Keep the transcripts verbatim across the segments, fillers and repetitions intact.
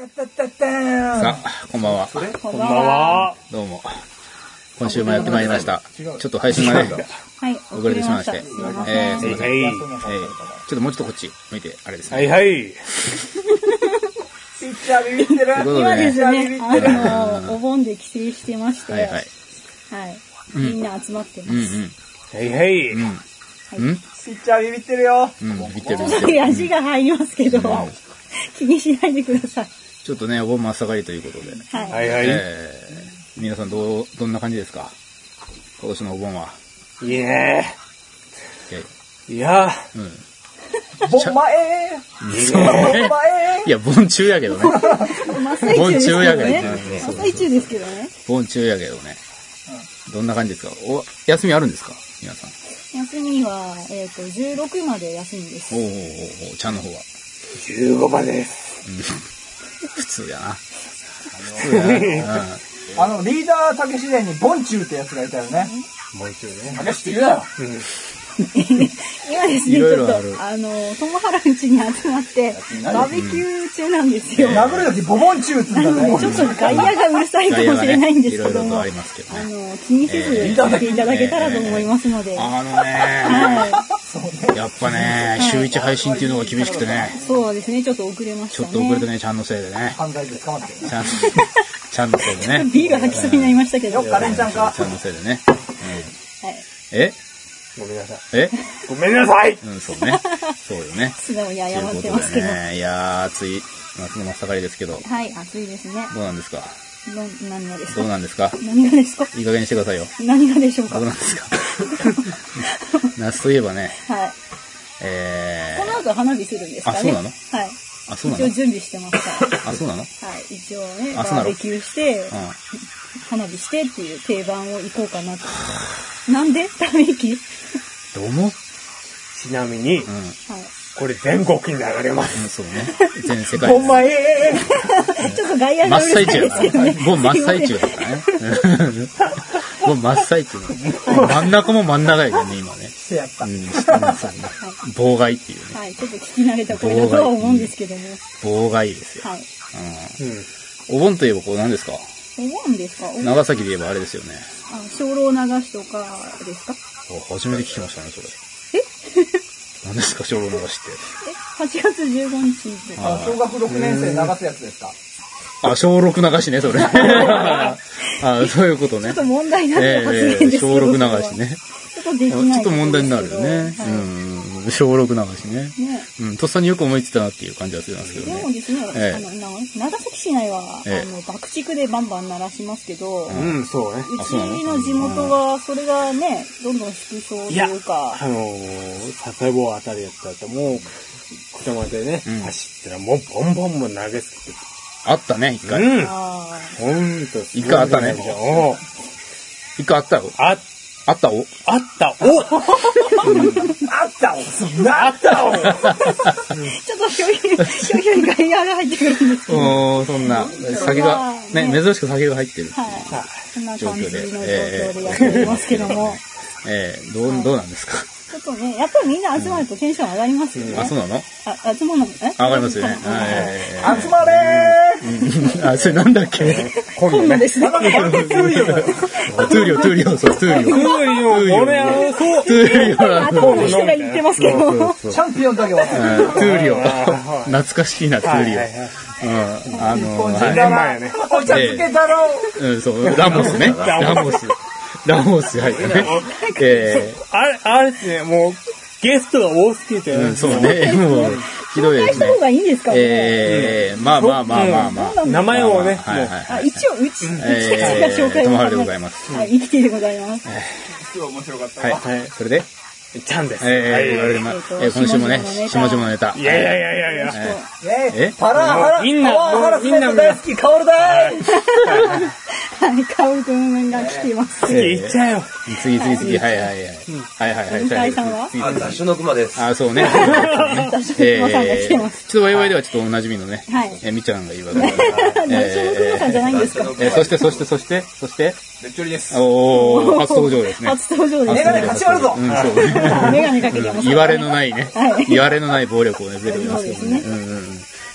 さあ、こんばんは。 こんばんは。 どうも。今週もやってまいりました。ちょっと配信がね、 はい、 遅れてしまいまして。えー、すいません。えー、ちょっともうちょっとこっち向いて、あれですね。 はいはい。 今ですね、あの、お盆で帰省してまして、はいはい。はい。みんな集まってます。うんうん。 はいはい。うん。 うんピッチャービビってるよ。 うん、ビビってる。 ちょっと足が入りますけど、気にしないでください。 ちょっとね、お盆真っ盛りということで。 はい。 はいはい。 えー、皆さんどう、どんな感じですか？今年のお盆は。 いいねー。 いやー。うん。 盆前ー。盆前ー。いや、盆中やけどね。盆中やけどね。 真っ最中ですけどね。 盆中やけどね。どんな感じですか？お、休みあるんですか？皆さん。 休みは、えっと、じゅうろくまで休みです。 おーおーおー、ちゃんの方は。 じゅうごまでです。 うん、普通やな。普通やな。 あの、リーダーたけし伝にボンチューってやつがいたよね。 ボンチューね。 たけしって言うなよ。 今ですね、ちょっと、あの、友原うちに集まって、バーベキュー中なんですよ。 殴るときボボンチューって言うんだね。 ちょっと外野がうるさいかもしれないんですけども、あの、 気にせず聞いていただけたらと思いますので。 あのね、やっぱね、週一配信っていうのが厳しくてね。 そうですね、ちょっと遅れましたね。 ちょっと遅れてね、ちゃんのせいでね。 犯罪で捕まってる。 ちゃん、ちゃんのせいでね。 ビール吐きそうになりましたけど。 よっかれんちゃんか。 ちゃんのせいでね。 はい。 えごめんなさい。 えごめんなさい。 うん、そうね。そうよね。 素直に謝ってますけど。 ね、いやー、暑い。夏の真っ盛りですけど。 はい、暑いですね。 どうなんですか？ ど、何がですか？ どうなんですか？ 何がですか？ いい加減にしてくださいよ。 何がでしょうか？ どうなんですか？夏といえばね。 はい。 えー。 この後花火するんですかね？ あ、そうなの？ はい。 あ、そうなの？ 一応準備してますから。 あ、そうなの？ はい。一応ね、バーベキューして、うん、花火してっていう定番を行こうかなと。なんで？ため息？ どうも？ ちなみに、うん、これ全国に流れます。 うん、そうね。全世界。 ほんまええちょっと外野がうるさいですけどね。 もう真っ最中だからね。もう真っ最中。真ん中も真ん中やね、今ね。 せやった。うん、 妨害っていうね。 はい、ちょっと聞き慣れた声だとは思うんですけども。 妨害ですよ。 はい。 うん。お盆といえばこう何ですか？ お盆ですか？ 長崎で言えばあれですよね。 あ、精霊流しとかですか？ 初めて聞きましたね、それ。 え何ですか、精霊流しって。 え、はちがつじゅうごにちとか。 あ、小学ろくねん生流すやつですか？ あ、小ろく流しね、それ。あ、そういうことね。 ちょっと問題になって発言ですけど。 小ろく流しね。 ちょっとできない。 ちょっと問題になるよね。うん。小ろく流しね。うん。とっさによく思いついたなっていう感じはするんですけどね。 でもですね、あの、長崎市内は、あの、爆竹でバンバン鳴らしますけど、 うん、そうね。 うちの地元は、それがね、どんどん縮小というか。 あのー、佐世保あたりやったらもう、車でね、走ったらもうボンボンも投げつけて。 あったね、一回。 うん。ほんと。 一回あったね。一回あったよ。 あ、 あったおあったおあったおそんなあったおちょっとひょいひょい、ひょいひょい外野が入ってくるんですけど。 おー、そんな、酒が、ね、珍しく酒が入ってる。 はい。そんな感じの状況でやっておりますけども。 ええ、どう、どうなんですか？ ちょっとね、やっぱりみんな集まるとテンション上がりますよね。 あ、そうなの？ あ、集まるの？え？ 上がりますよね。 集まれーあ、それなんだっけ？ 今度ですね。 トゥーリオ、トゥーリオ、そう、トゥーリオ。 トゥーリオ、俺は、そう。 トゥーリオ。 頭の人が言ってますけど。 チャンピオンだけは。 トゥーリオ。懐かしいな、トゥーリオ。うん、あの、 じゅうねんまえね。お茶漬けだろう。うん、そう、ラモスね。ラモス。ラモス入ってね。えー、あれ、あれってね、もう、ゲストが多すぎて。 うん、そうね。もう、ひどいですね。 紹介した方がいいんですか？ ええ、まあまあまあまあまあ。 名前をね、 はいはい。一応、うち、うちが紹介を。 ともはるでございます。 はい、生きていでございます。 今日面白かったわ。 はい。それでちゃんです。 ええ、今週もね、下々のネタ。 いやいやいやいやいや。 えパラハラ、 みんな、 パワーハラスメント大好き、カオルだいはい、カオルくんが来てます。 次行っちゃえよ。 次次次、はいはいはい。はいはいはい。 向井さんはあ、ダッシュの熊です。 あ、そうね。 ダッシュの熊さんが来てます。 ちょっとワイワイではちょっとおなじみのね、え、みちゃんが言うわけで。 ダッシュの熊さんじゃないんですか？ え、そしてそしてそして、そして、 レッチョリです。 おー、初登場ですね。 初登場です。 メガネ勝ち割るぞ。 うん、そうね。 メガネかけてます。 言われのないね。言われのない暴力をね、出ておりますけどね。うんうん。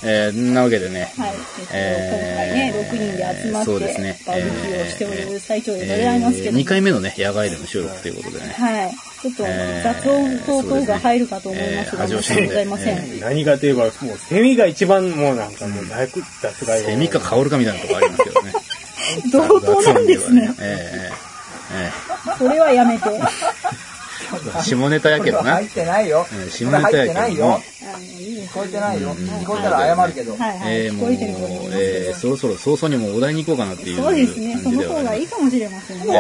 えー、なわけでね。 はい。えっと、今回ね、ろくにんで集まって、バーベキューをしておる最長でございますけど。 にかいめのね、野外での収録ということでね。 はい。ちょっと雑音等々が入るかと思いますが、申し訳ございません。 何かといえば、もうセミが一番もうなんかもう大雑害。 セミかカオルかみたいなとこありますけどね。 同等なんですね。 ええええ。 それはやめて。 下ネタやけどな。 入ってないよ。 下ネタやけどな。 聞こえてないよ。聞こえたら謝るけど。 えー、もう、えー、そろそろ早々にもうお題に行こうかなっていう。 そうですね。その方がいいかもしれませんね。も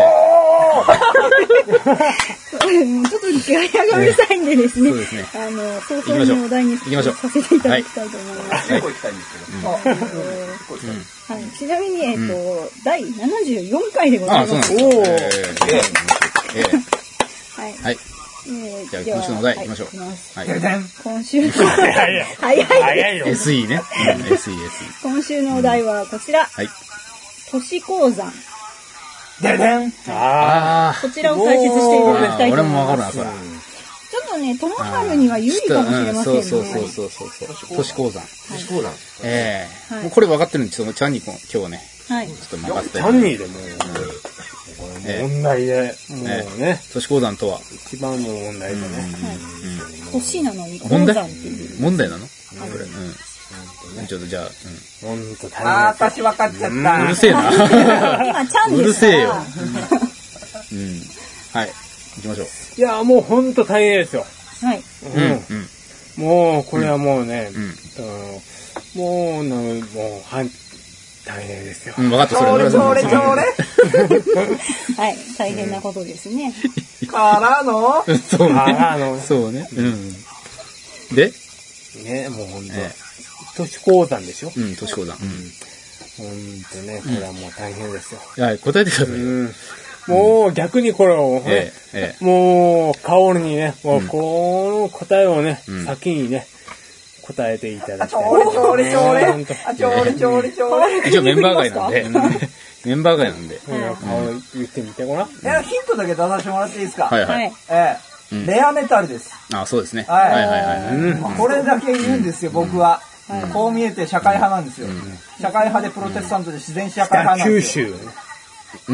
うちょっと気合がうるさいんでですね。そうですね。あの、早々にお題にさせていただきたいと思います。 結構行きたいんですけど。 はい。ちなみに、えっと、だいななじゅうよんかいでございます。 あ、そうなんですか。ええ。はい。はい。じゃあ、今週のお題行きましょう。はい。 今週の、早い。 早いよ。 エスイー ね。エスイー、エスイー。 今週のお題はこちら。はい。都市鉱山。 ででん。 ああ。 こちらを解説していただきたいと俺思います。 もわかるな、それ。 ちょっとね、友春には有利かもしれませんね。 そうそうそうそうそう。都市鉱山。 都市鉱山。 ええ。もうこれ分かってるんで、ちょっとチャンニー君、今日はね。はい。ちょっと任せて。 チャンニーでもう、問題で、もうね。 都市鉱山とは一番の問題でね。 都市なのに鉱山っていう。 問題なのこれ。うん。ちょっとじゃあ、 うん。ほんと大変。 ああ、私分かっちゃった。 うるせえな。 今、チャンうるせえよ。うん。はい。行きましょう。 いや、もうほんと大変ですよ。 はい。 うん。もう、これはもうね、もう、もう、は大変ですよ。 うん、分かった、それ。 ちょれちょれちょれ。 はい、大変なことですね。 からのそうね。 からの。 そうね。うん。でね、もうほんと。都市鉱山でしょ？ うん、都市鉱山。うん。 ほんとね、これはもう大変ですよ。 はい、答えてください。 うん。もう逆にこれを、もう、カオルにね、もうこの答えをね、先にね、答えていただきたい。 ちょれちょれちょれ。あ、ちょれちょれちょれ。 一応メンバー外なんで。メンバー外なんで。 顔言ってみてごらん。 え、ヒントだけ出させてもらっていいですか？ はいはい。 ええ、レアメタルです。 あ、そうですね。 はいはいはいはい。 これだけ言うんですよ、僕は。こう見えて社会派なんですよ。社会派でプロテスタントで自然社会派なんですよ。 九州。 ん？ん？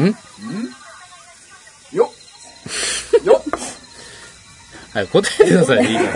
よっよっはい、答えてください。いいから。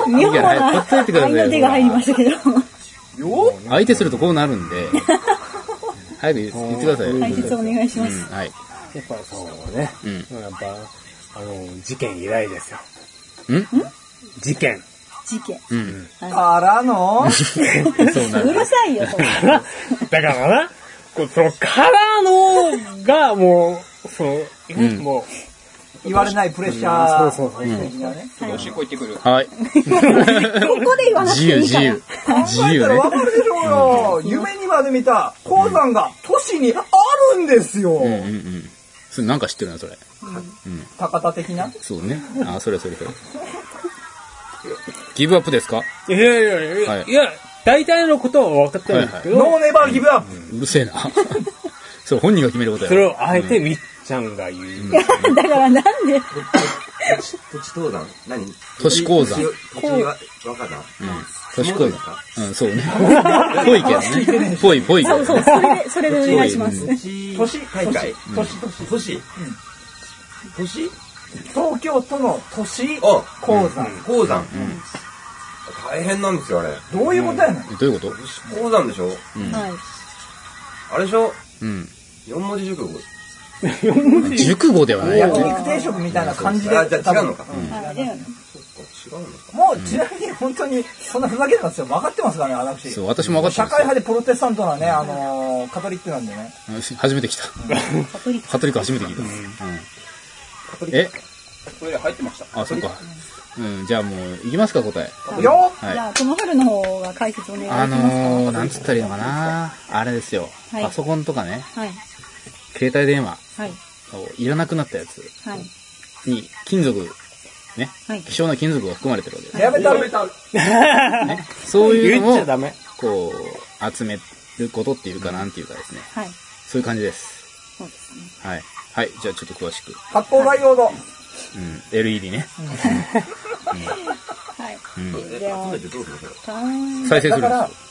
妙な答えてください。 相手が入りましたけど。 よ相手するとこうなるんで。早く言ってください。 解説お願いします。 はい。 やっぱそうね。やっぱ、あの、事件以来ですよ。ん？ 事件。 事件。 うん。 からのそうなる。 うるさいよ、それ。 だからな、その、からのが、もう、その、もう、 言われないプレッシャー。 そうそうそう。 よし、こう言ってくる。 はい。 ここで言わなくていいから。 自由、自由。 考えたらわかるでしょうよ。夢にまで見た鉱山が都市にあるんですよ。 うんうんうん。それなんか知ってるな、それ。 高田的な？ そうね。あ、それそれそれ。ギブアップですか？ いやいやいや、いや、大体のことは分かってるんですけど。 ノーネバーギブアップ。 うるせえな。そう、本人が決めることや。 それをあえてみっちゃんが言う。 だからなんで土地鉱山何都市鉱山。 土地は若田都市鉱山。うん、そうね。ぽいけどね。ぽいぽいけど。 そうそう、それで、それでお願いします。 都市大会都市、都市、 都市都市東京都の都市鉱山。 鉱山。大変なんですよ、あれ。 どういうことやねん。 どういうこと鉱山でしょ？ はい。 あれでしょ？ うん。 四文字熟語。 熟語ではない。 焼肉定食みたいな感じで。 あ、じゃあ違うのか。 もうちなみに本当にそんなふざけてますよ。分かってますからね、私。 そう、私も分かってます。 社会派でプロテスタントなね、あのカトリックなんでね。 初めて来た。 カトリック。 カトリック初めて聞いた。え？ トイレ入ってました。 あ、そっか。うん、じゃあもう、いきますか、答え。 よっじゃあ、ともはるの方が解説お願いします。 あのー、なんつったらいいのかな。あれですよ。パソコンとかね。 はい。 携帯電話。 はい。 いらなくなったやつ。 はい。 に、金属、ね。 はい。 希少な金属が含まれてるわけです。 やめた、やめた。 ね。そういうのを、こう、集めることっていうか、なんていうかですね。 はい。 そういう感じです。 そうですね。 はい。はい。じゃあちょっと詳しく。 発光ダイオード。 うん。エルイーディー ね。 はい。 集めてどうするの？ 再生するんですよ。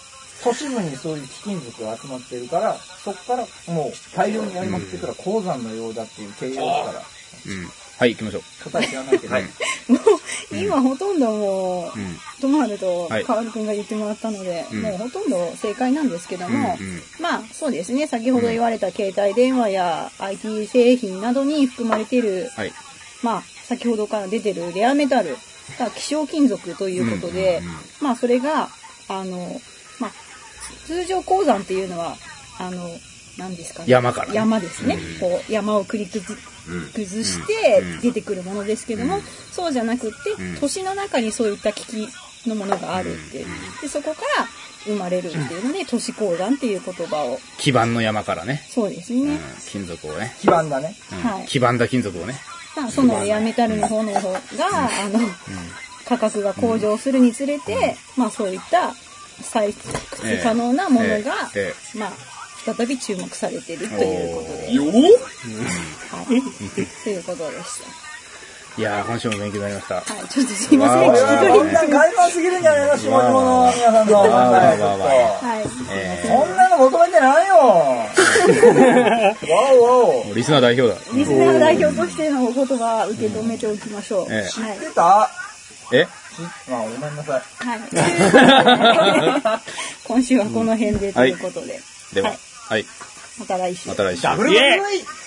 都市部にそういう貴金属が集まってるから、そこからもう大量にやりまくってから鉱山のようだっていう形容から。うん。 はい、行きましょう。 答え知らないけど。はい、もう今ほとんどもう、ともはるとカールくんが言ってもらったので、うん、もうほとんど正解なんですけども、うんうん、まあそうですね、先ほど言われた携帯電話や アイティー 製品などに含まれている、はい、まあ先ほどから出てるレアメタル、希少金属ということで、うんうんうん、まあそれが、あの、まあ通常鉱山っていうのは、あの、何ですかね。 山から、ね。 山ですね。うん、こう山を繰り崩して出てくるものですけども、うん、そうじゃなくって、うん、都市の中にそういった機器のものがあるっていう。で、そこから生まれるっていうので、都市鉱山っていう言葉を。 基盤の山からね。 そうですね。うん、 金属をね。 基盤だね。 うん、はい。基盤だ金属をね。 まあ、そのレアメタルの方の方が、うん、あの、うん、価格が向上するにつれて、うん、まあそういった採掘可能なものが、えーえー、まあ、再び注目されているということで。 よー、うん、 はい。ということでした。 いやー、今週も勉強になりました。はい、 ちょっとすいません。聞き取りこんなん外観すぎるんじゃないの、下々の皆さんの。はい。そんなの求めてないよ。わおわお。 リスナー代表だ。 リスナー代表としてのお言葉を受け止めておきましょう。 知ってた？ え？ まあ、ごめんなさい。 はい。今週はこの辺でということで。 では。はい。 また来週。 また来週。 ダブルブルー